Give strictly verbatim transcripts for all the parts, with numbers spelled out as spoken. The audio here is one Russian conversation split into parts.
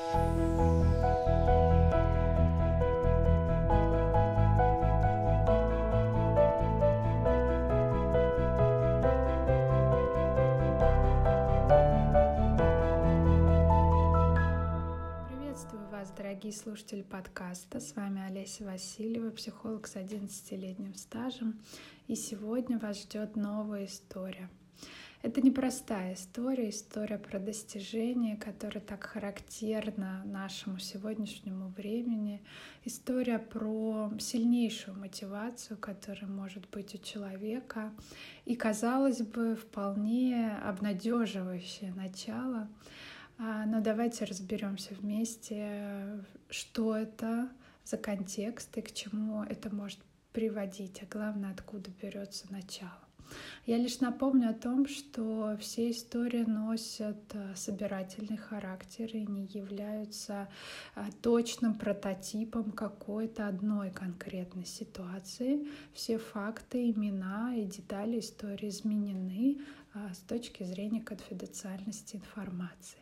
Дорогие слушатели подкаста, с вами Олеся Васильева, психолог с одиннадцатилетним стажем, и сегодня вас ждет новая история. Это непростая история, история про достижение, которая так характерна нашему сегодняшнему времени, история про сильнейшую мотивацию, которая может быть у человека, и, казалось бы, вполне обнадеживающее начало. Но давайте разберемся вместе, что это за контекст и к чему это может приводить, а главное, откуда берется начало. Я лишь напомню о том, что все истории носят собирательный характер и не являются точным прототипом какой-то одной конкретной ситуации. Все факты, имена и детали истории изменены с точки зрения конфиденциальности информации.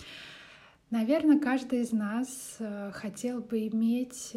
Наверное, каждый из нас хотел бы иметь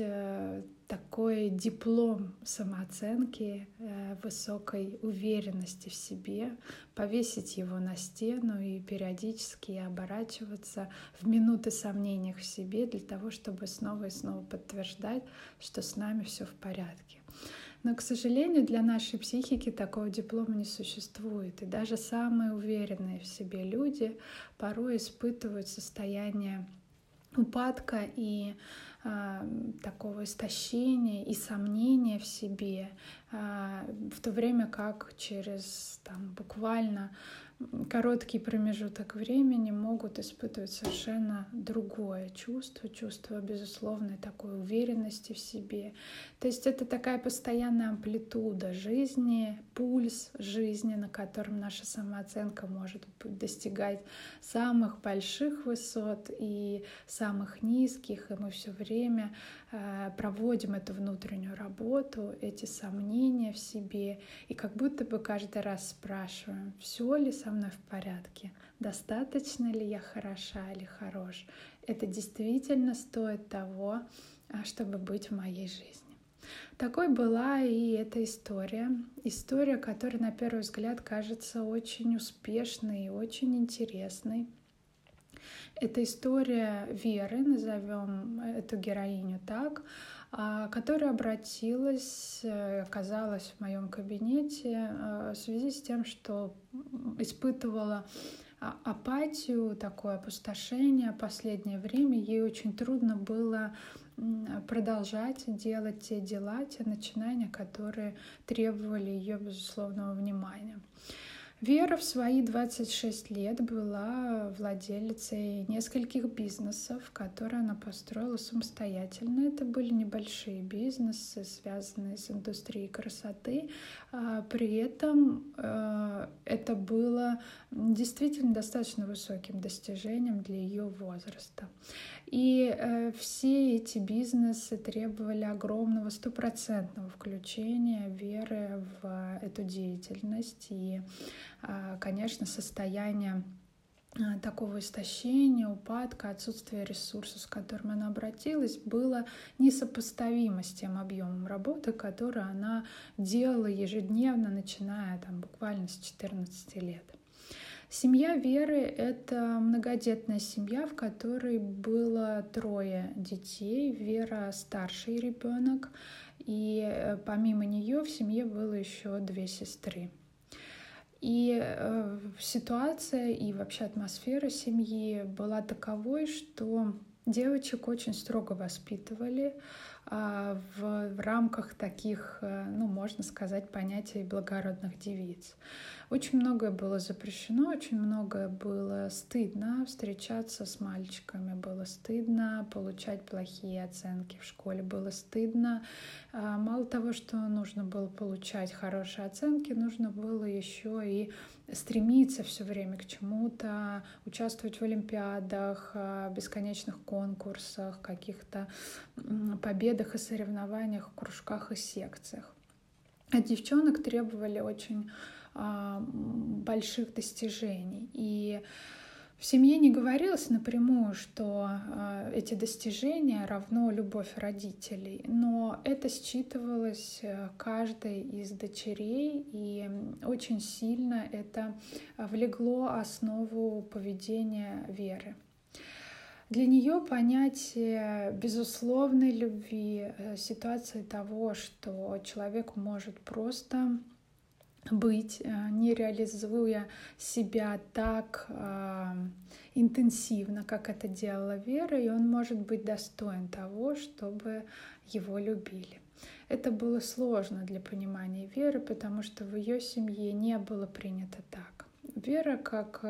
такой диплом самооценки, высокой уверенности в себе, повесить его на стену и периодически оборачиваться в минуты сомнений в себе для того, чтобы снова и снова подтверждать, что с нами все в порядке. Но, к сожалению, для нашей психики такого диплома не существует. И даже самые уверенные в себе люди порой испытывают состояние упадка и э, такого истощения и сомнения в себе, э, в то время как через там, буквально короткий промежуток времени могут испытывать совершенно другое чувство, чувство безусловной такой уверенности в себе. То есть это такая постоянная амплитуда жизни, пульс жизни, на котором наша самооценка может достигать самых больших высот и самых низких, и мы все время э, проводим эту внутреннюю работу, эти сомнения в себе, и как будто бы каждый раз спрашиваем, все ли со мной в порядке, достаточно ли я хороша или хорош, это действительно стоит того, чтобы быть в моей жизни. Такой была и эта история. История, которая на первый взгляд кажется очень успешной и очень интересной. Это история Веры, назовем эту героиню так, которая обратилась, оказалась в моем кабинете в связи с тем, что испытывала апатию, такое опустошение. Последнее время ей очень трудно было продолжать делать те дела, те начинания, которые требовали ее безусловного внимания. Вера в свои двадцать шесть лет была владелицей нескольких бизнесов, которые она построила самостоятельно. Это были небольшие бизнесы, связанные с индустрией красоты. При этом это было действительно достаточно высоким достижением для ее возраста. И все эти бизнесы требовали огромного стопроцентного включения Веры в эту деятельность. И конечно, состояние такого истощения, упадка, отсутствия ресурсов, с которым она обратилась, было несопоставимо с тем объемом работы, который она делала ежедневно, начиная там, буквально с четырнадцати лет. Семья Веры — это многодетная семья, в которой было трое детей. Вера — старший ребенок, и помимо нее в семье было еще две сестры. И э, ситуация и вообще атмосфера семьи была таковой, что девочек очень строго воспитывали э, в, в рамках таких, э, ну, можно сказать, понятий благородных девиц. Очень многое было запрещено, очень многое было стыдно. Встречаться с мальчиками было стыдно, получать плохие оценки в школе было стыдно. Мало того, что нужно было получать хорошие оценки, нужно было еще и стремиться все время к чему-то, участвовать в олимпиадах, бесконечных конкурсах, каких-то победах и соревнованиях, кружках и секциях. От девчонок требовали очень больших достижений. И В семье не говорилось напрямую, что э, эти достижения равно любовь родителей, но это считывалось э, каждой из дочерей, и очень сильно это влегло основу поведения Веры. Для нее понятие безусловной любви, э, ситуации того, что человек может просто быть, не реализуя себя так э, интенсивно, как это делала Вера, и он может быть достоин того, чтобы его любили. Это было сложно для понимания Веры, потому что в ее семье не было принято так. Вера, как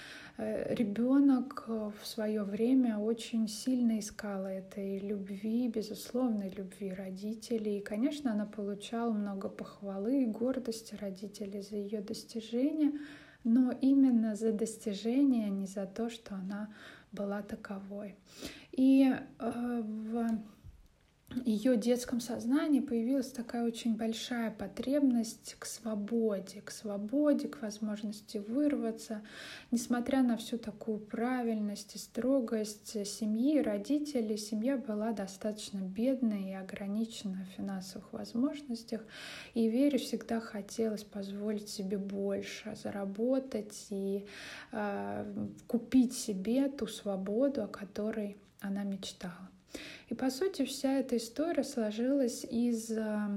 ребенок, в свое время очень сильно искала этой любви, безусловной любви родителей. И, конечно, она получала много похвалы и гордости родителей за ее достижения, но именно за достижения, а не за то, что она была таковой. И э, в ее детском сознании появилась такая очень большая потребность к свободе, к свободе, к возможности вырваться. Несмотря на всю такую правильность и строгость семьи и родителей, семья была достаточно бедной и ограничена в финансовых возможностях. И Вере всегда хотелось позволить себе больше, заработать и э, купить себе ту свободу, о которой она мечтала. И, по сути, вся эта история сложилась из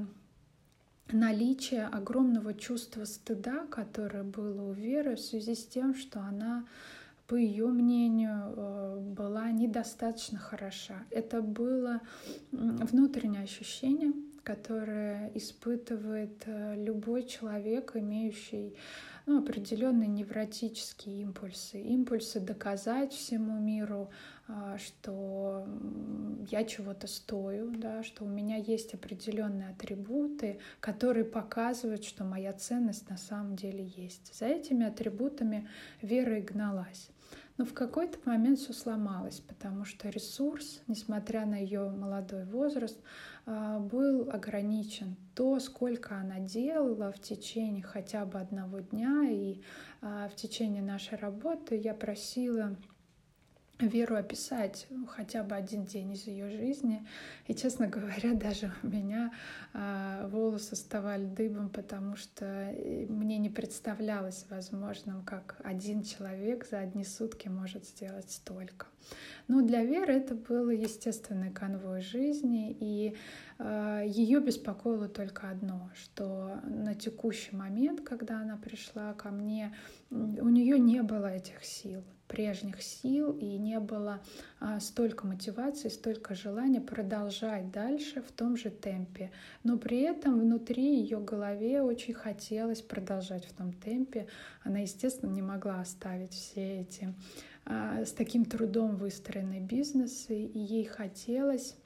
наличия огромного чувства стыда, которое было у Веры в связи с тем, что она, по ее мнению, была недостаточно хороша. Это было внутреннее ощущение, которое испытывает любой человек, имеющий ну, определенные невротические импульсы, импульсы доказать всему миру, что я чего-то стою, да, что у меня есть определенные атрибуты, которые показывают, что моя ценность на самом деле есть. За этими атрибутами Вера и гналась. Но в какой-то момент все сломалось, потому что ресурс, несмотря на ее молодой возраст, был ограничен. То, сколько она делала в течение хотя бы одного дня и в течение нашей работы, я просила Веру описать хотя бы один день из ее жизни. И, честно говоря, даже у меня э, волосы вставали дыбом, потому что мне не представлялось возможным, как один человек за одни сутки может сделать столько. Но для Веры это было естественный конвой жизни, и э, ее беспокоило только одно, что на текущий момент, когда она пришла ко мне, у нее не было этих сил, прежних сил, и не было а, столько мотивации, столько желания продолжать дальше в том же темпе. Но при этом внутри ее голове очень хотелось продолжать в том темпе. Она, естественно, не могла оставить все эти а, с таким трудом выстроенные бизнесы, и ей хотелось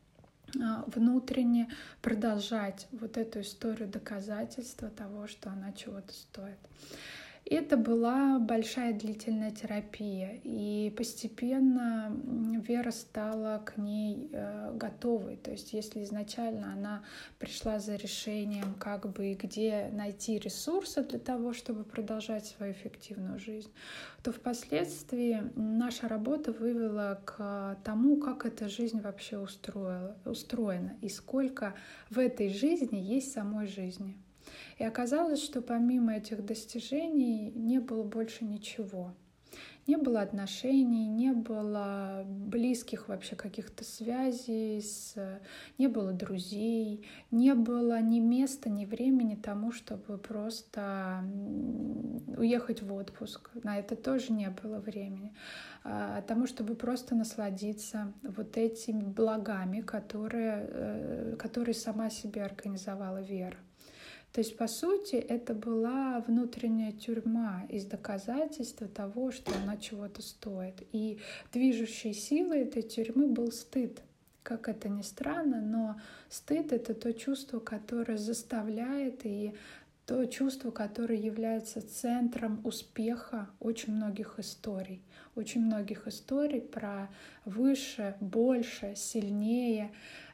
а, внутренне продолжать вот эту историю доказательства того, что она чего-то стоит. Это была большая длительная терапия, и постепенно Вера стала к ней готовой. То есть если изначально она пришла за решением, как бы и где найти ресурсы для того, чтобы продолжать свою эффективную жизнь, то впоследствии наша работа вывела к тому, как эта жизнь вообще устроила, устроена и сколько в этой жизни есть самой жизни. И оказалось, что помимо этих достижений не было больше ничего. Не было отношений, не было близких вообще каких-то связей, с... не было друзей, не было ни места, ни времени тому, чтобы просто уехать в отпуск. На это тоже не было времени. А тому, чтобы просто насладиться вот этими благами, которые, которые сама себе организовала Вера. То есть, по сути, это была внутренняя тюрьма из доказательства того, что она чего-то стоит. И движущей силой этой тюрьмы был стыд. Как это ни странно, но стыд — это то чувство, которое заставляет, и то чувство, которое является центром успеха очень многих историй. Очень многих историй про выше, больше, сильнее.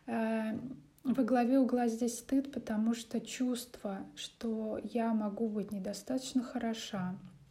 Во главе угла здесь стыд, потому что чувство, что я могу быть недостаточно хороша,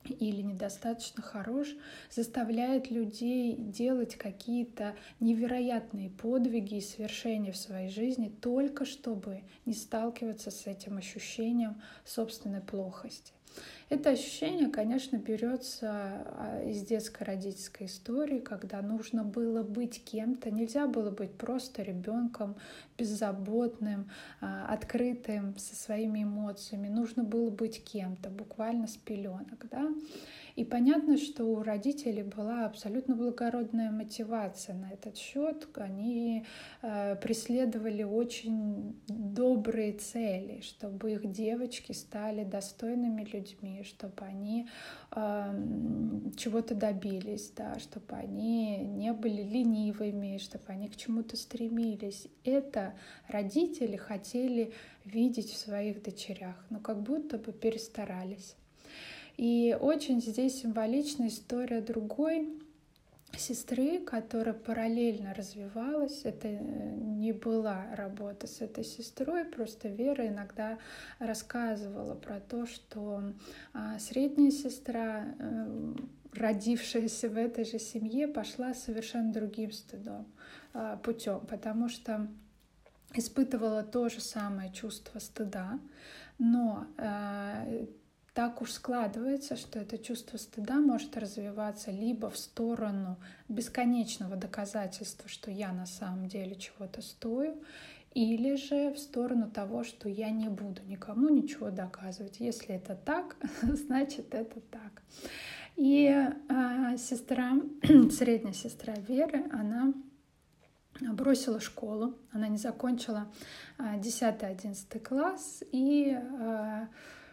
или недостаточно хорош, заставляет людей делать какие-то невероятные подвиги и свершения в своей жизни, только чтобы не сталкиваться с этим ощущением собственной плохости. Это ощущение, конечно, берется из детско-родительской истории, когда нужно было быть кем-то, нельзя было быть просто ребенком, беззаботным, открытым, со своими эмоциями. Нужно было быть кем-то, буквально с пеленок, да? И понятно, что у родителей была абсолютно благородная мотивация на этот счет. Они э, преследовали очень добрые цели, чтобы их девочки стали достойными людьми, чтобы они э, чего-то добились, да, чтобы они не были ленивыми, чтобы они к чему-то стремились. Это родители хотели видеть в своих дочерях, но как будто бы перестарались. И очень здесь символична история другой сестры, которая параллельно развивалась. Это не была работа с этой сестрой, просто Вера иногда рассказывала про то, что средняя сестра, родившаяся в этой же семье, пошла совершенно другим стыдом, путем, потому что испытывала то же самое чувство стыда, но так уж складывается, что это чувство стыда может развиваться либо в сторону бесконечного доказательства, что я на самом деле чего-то стою, или же в сторону того, что я не буду никому ничего доказывать. Если это так, значит это так. И э, сестра, средняя сестра Веры, она бросила школу, она не закончила десятый-одиннадцатый класс и э,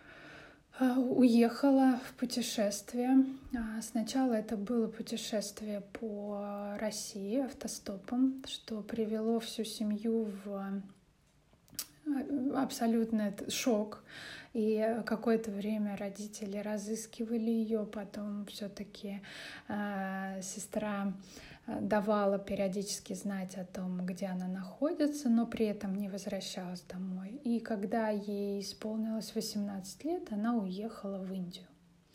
уехала в путешествие. Сначала это было путешествие по России автостопом, что привело всю семью в абсолютный шок. И какое-то время родители разыскивали ее, потом все-таки э, сестра давала периодически знать о том, где она находится, но при этом не возвращалась домой. И когда ей исполнилось восемнадцать лет, она уехала в Индию.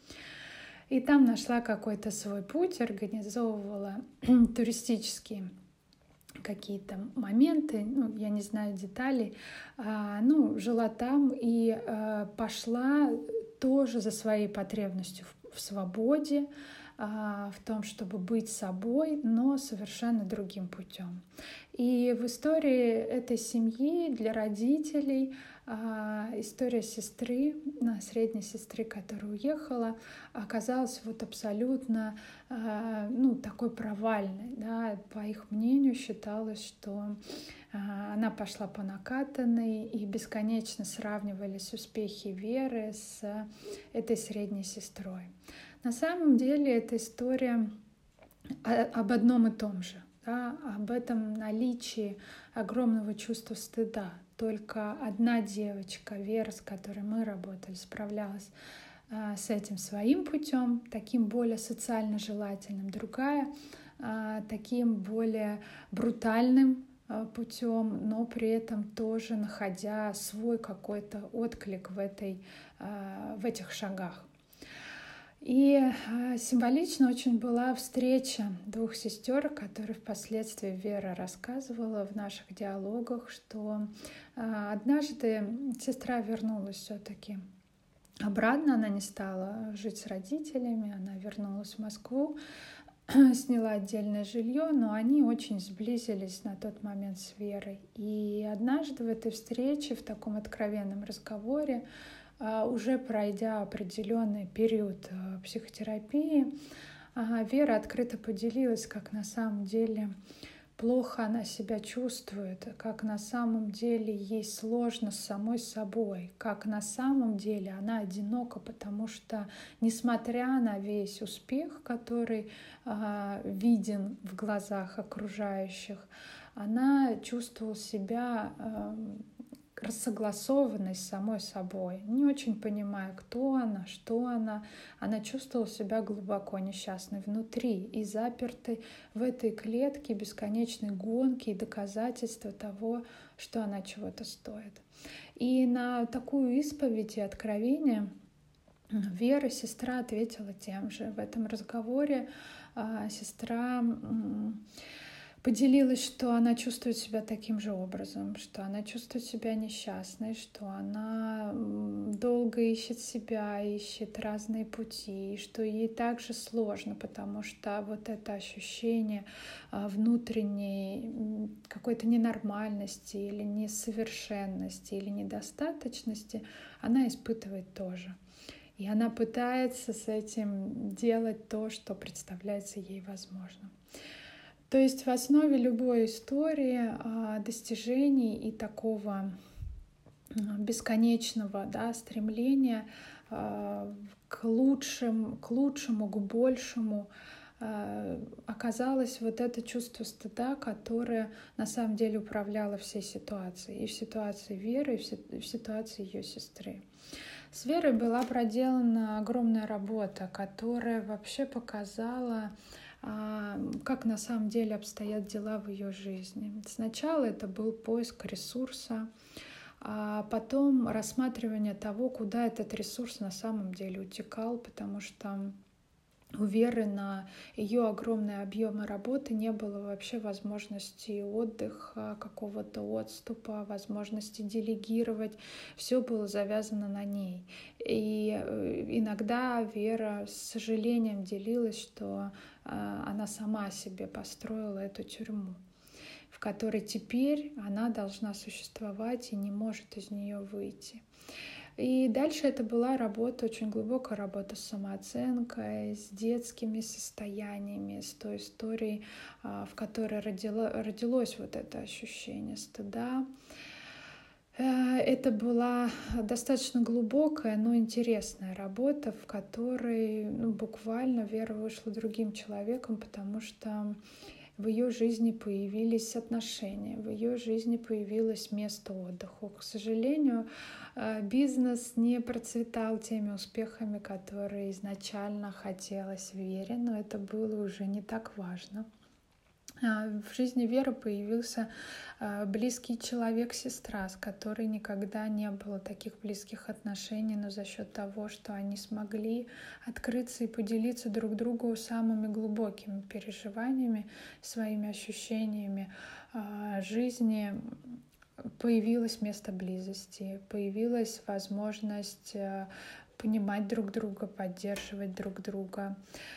И там нашла какой-то свой путь, организовывала туристические какие-то моменты, ну, я не знаю деталей, а, ну, жила там и а, пошла тоже за своей потребностью в, в свободе, в том, чтобы быть собой, но совершенно другим путем. И в истории этой семьи для родителей история сестры, средней сестры, которая уехала, оказалась вот абсолютно ну, такой провальной. Да? По их мнению считалось, что она пошла по накатанной, и бесконечно сравнивались успехи Веры с этой средней сестрой. На самом деле эта история об одном и том же, да, об этом наличии огромного чувства стыда. Только одна девочка, Вера, с которой мы работали, справлялась а, с этим своим путем, таким более социально желательным, другая а, таким более брутальным а, путем, но при этом тоже находя свой какой-то отклик в, этой, а, в этих шагах. И символично очень была встреча двух сестер, о которой впоследствии Вера рассказывала в наших диалогах, что однажды сестра вернулась все-таки обратно, она не стала жить с родителями, она вернулась в Москву, сняла отдельное жилье, но они очень сблизились на тот момент с Верой. И однажды в этой встрече, в таком откровенном разговоре, уже пройдя определенный период психотерапии, Вера открыто поделилась, как на самом деле плохо она себя чувствует, как на самом деле ей сложно с самой собой, как на самом деле она одинока, потому что, несмотря на весь успех, который э, виден в глазах окружающих, она чувствовала себя э, рассогласованной с самой собой, не очень понимая, кто она, что она. Она чувствовала себя глубоко несчастной внутри и запертой в этой клетке бесконечной гонки и доказательства того, что она чего-то стоит. И на такую исповедь и откровение Вера, сестра, ответила тем же. В этом разговоре сестра поделилась, что она чувствует себя таким же образом, что она чувствует себя несчастной, что она долго ищет себя, ищет разные пути, и что ей также сложно, потому что вот это ощущение внутренней какой-то ненормальности или несовершенности или недостаточности она испытывает тоже. И она пытается с этим делать то, что представляется ей возможным. То есть в основе любой истории достижений и такого бесконечного, да, стремления к лучшему, к лучшему, к большему оказалось вот это чувство стыда, которое на самом деле управляло всей ситуацией. И в ситуации Веры, и в ситуации ее сестры. С Верой была проделана огромная работа, которая вообще показала, как на самом деле обстоят дела в ее жизни. Сначала это был поиск ресурса, а потом рассматривание того, куда этот ресурс на самом деле утекал, потому что у Веры на ее огромные объемы работы не было вообще возможности отдыха, какого-то отступа, возможности делегировать. Все было завязано на ней. И иногда Вера с сожалением делилась, что она сама себе построила эту тюрьму, в которой теперь она должна существовать и не может из нее выйти. И дальше это была работа, очень глубокая работа с самооценкой, с детскими состояниями, с той историей, в которой родило, родилось вот это ощущение стыда. Это была достаточно глубокая, но интересная работа, в которой ну, буквально Вера вышла другим человеком, потому что в ее жизни появились отношения, в ее жизни появилось место отдыха. К сожалению, бизнес не процветал теми успехами, которые изначально хотелось Вере, но это было уже не так важно. В жизни Веры появился близкий человек, сестра, с которой никогда не было таких близких отношений, но за счет того, что они смогли открыться и поделиться друг другу самыми глубокими переживаниями, своими ощущениями жизни, появилось место близости, появилась возможность понимать друг друга, поддерживать друг друга.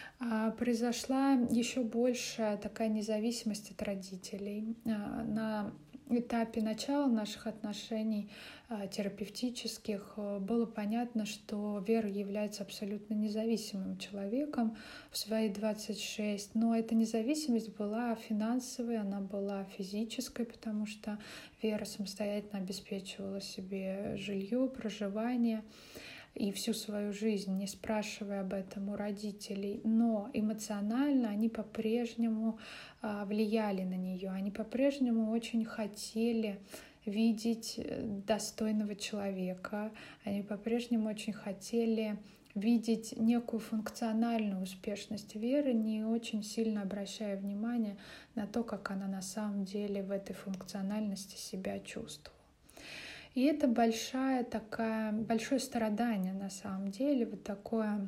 Произошла еще большая такая независимость от родителей. На этапе начала наших отношений терапевтических было понятно, что Вера является абсолютно независимым человеком в свои двадцать шесть, но эта независимость была финансовой, она была физической, потому что Вера самостоятельно обеспечивала себе жилье, проживание и всю свою жизнь, не спрашивая об этом у родителей, но эмоционально они по-прежнему влияли на нее, они по-прежнему очень хотели видеть достойного человека, они по-прежнему очень хотели видеть некую функциональную успешность Веры, не очень сильно обращая внимание на то, как она на самом деле в этой функциональности себя чувствовала. И это большая такая, большое страдание на самом деле, вот такое,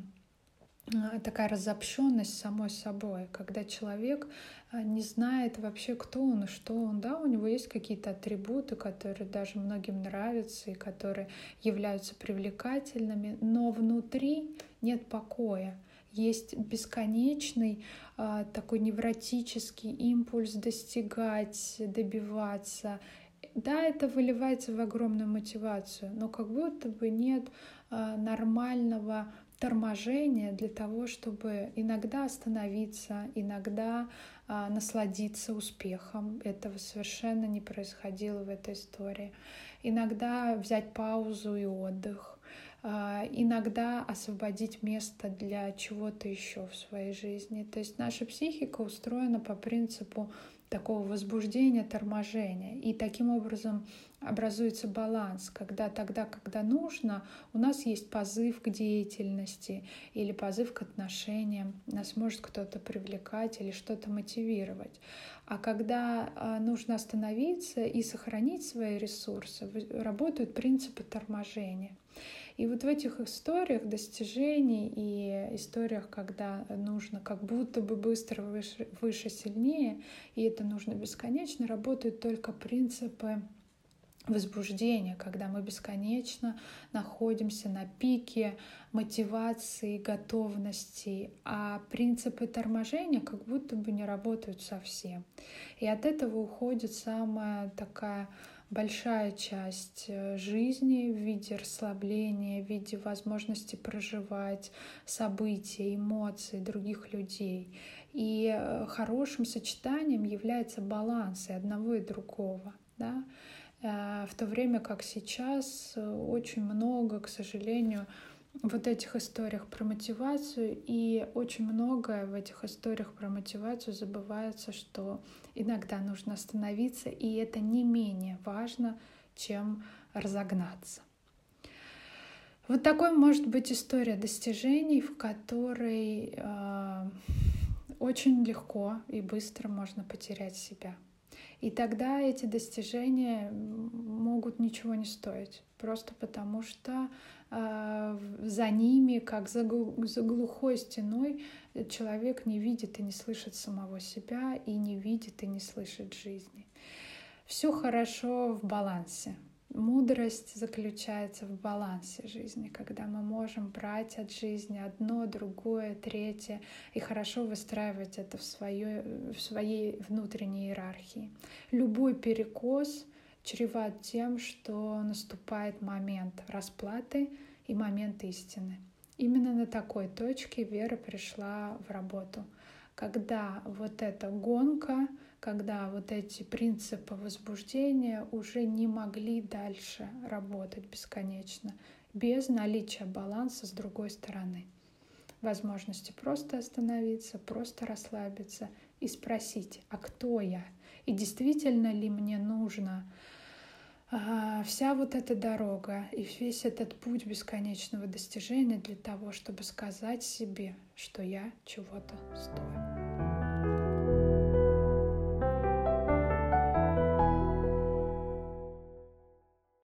такая разобщенность самой собой, когда человек не знает вообще, кто он и что он. Да, у него есть какие-то атрибуты, которые даже многим нравятся и которые являются привлекательными, но внутри нет покоя. Есть бесконечный такой невротический импульс достигать, добиваться. Да, это выливается в огромную мотивацию, но как будто бы нет а, нормального торможения для того, чтобы иногда остановиться, иногда а, насладиться успехом. Этого совершенно не происходило в этой истории. Иногда взять паузу и отдых. А, иногда освободить место для чего-то еще в своей жизни. То есть наша психика устроена по принципу такого возбуждения, торможения. И таким образом образуется баланс, когда тогда, когда нужно, у нас есть позыв к деятельности или позыв к отношениям, нас может кто-то привлекать или что-то мотивировать. А когда нужно остановиться и сохранить свои ресурсы, работают принципы торможения. И вот в этих историях достижений и историях, когда нужно как будто бы быстро, выше, выше, сильнее, и это нужно бесконечно, работают только принципы возбуждения, когда мы бесконечно находимся на пике мотивации, готовности, а принципы торможения как будто бы не работают совсем. И от этого уходит самая такая большая часть жизни в виде расслабления, в виде возможности проживать события, эмоции других людей. И хорошим сочетанием является баланс и одного, и другого. Да? В то время как сейчас очень много, к сожалению, вот этих историях про мотивацию, и очень многое в этих историях про мотивацию забывается, что иногда нужно остановиться, и это не менее важно, чем разогнаться. Вот такой может быть история достижений, в которой э, очень легко и быстро можно потерять себя. И тогда эти достижения могут ничего не стоить, просто потому что э, за ними, как за, за глухой стеной, человек не видит и не слышит самого себя, и не видит и не слышит жизни. Все хорошо в балансе. Мудрость заключается в балансе жизни, когда мы можем брать от жизни одно, другое, третье и хорошо выстраивать это в, свое, в своей внутренней иерархии. Любой перекос чреват тем, что наступает момент расплаты и момент истины. Именно на такой точке Вера пришла в работу, когда вот эта гонка, когда вот эти принципы возбуждения уже не могли дальше работать бесконечно, без наличия баланса с другой стороны. Возможности просто остановиться, просто расслабиться и спросить, а кто я? И действительно ли мне нужно вся вот эта дорога и весь этот путь бесконечного достижения для того, чтобы сказать себе, что я чего-то стою.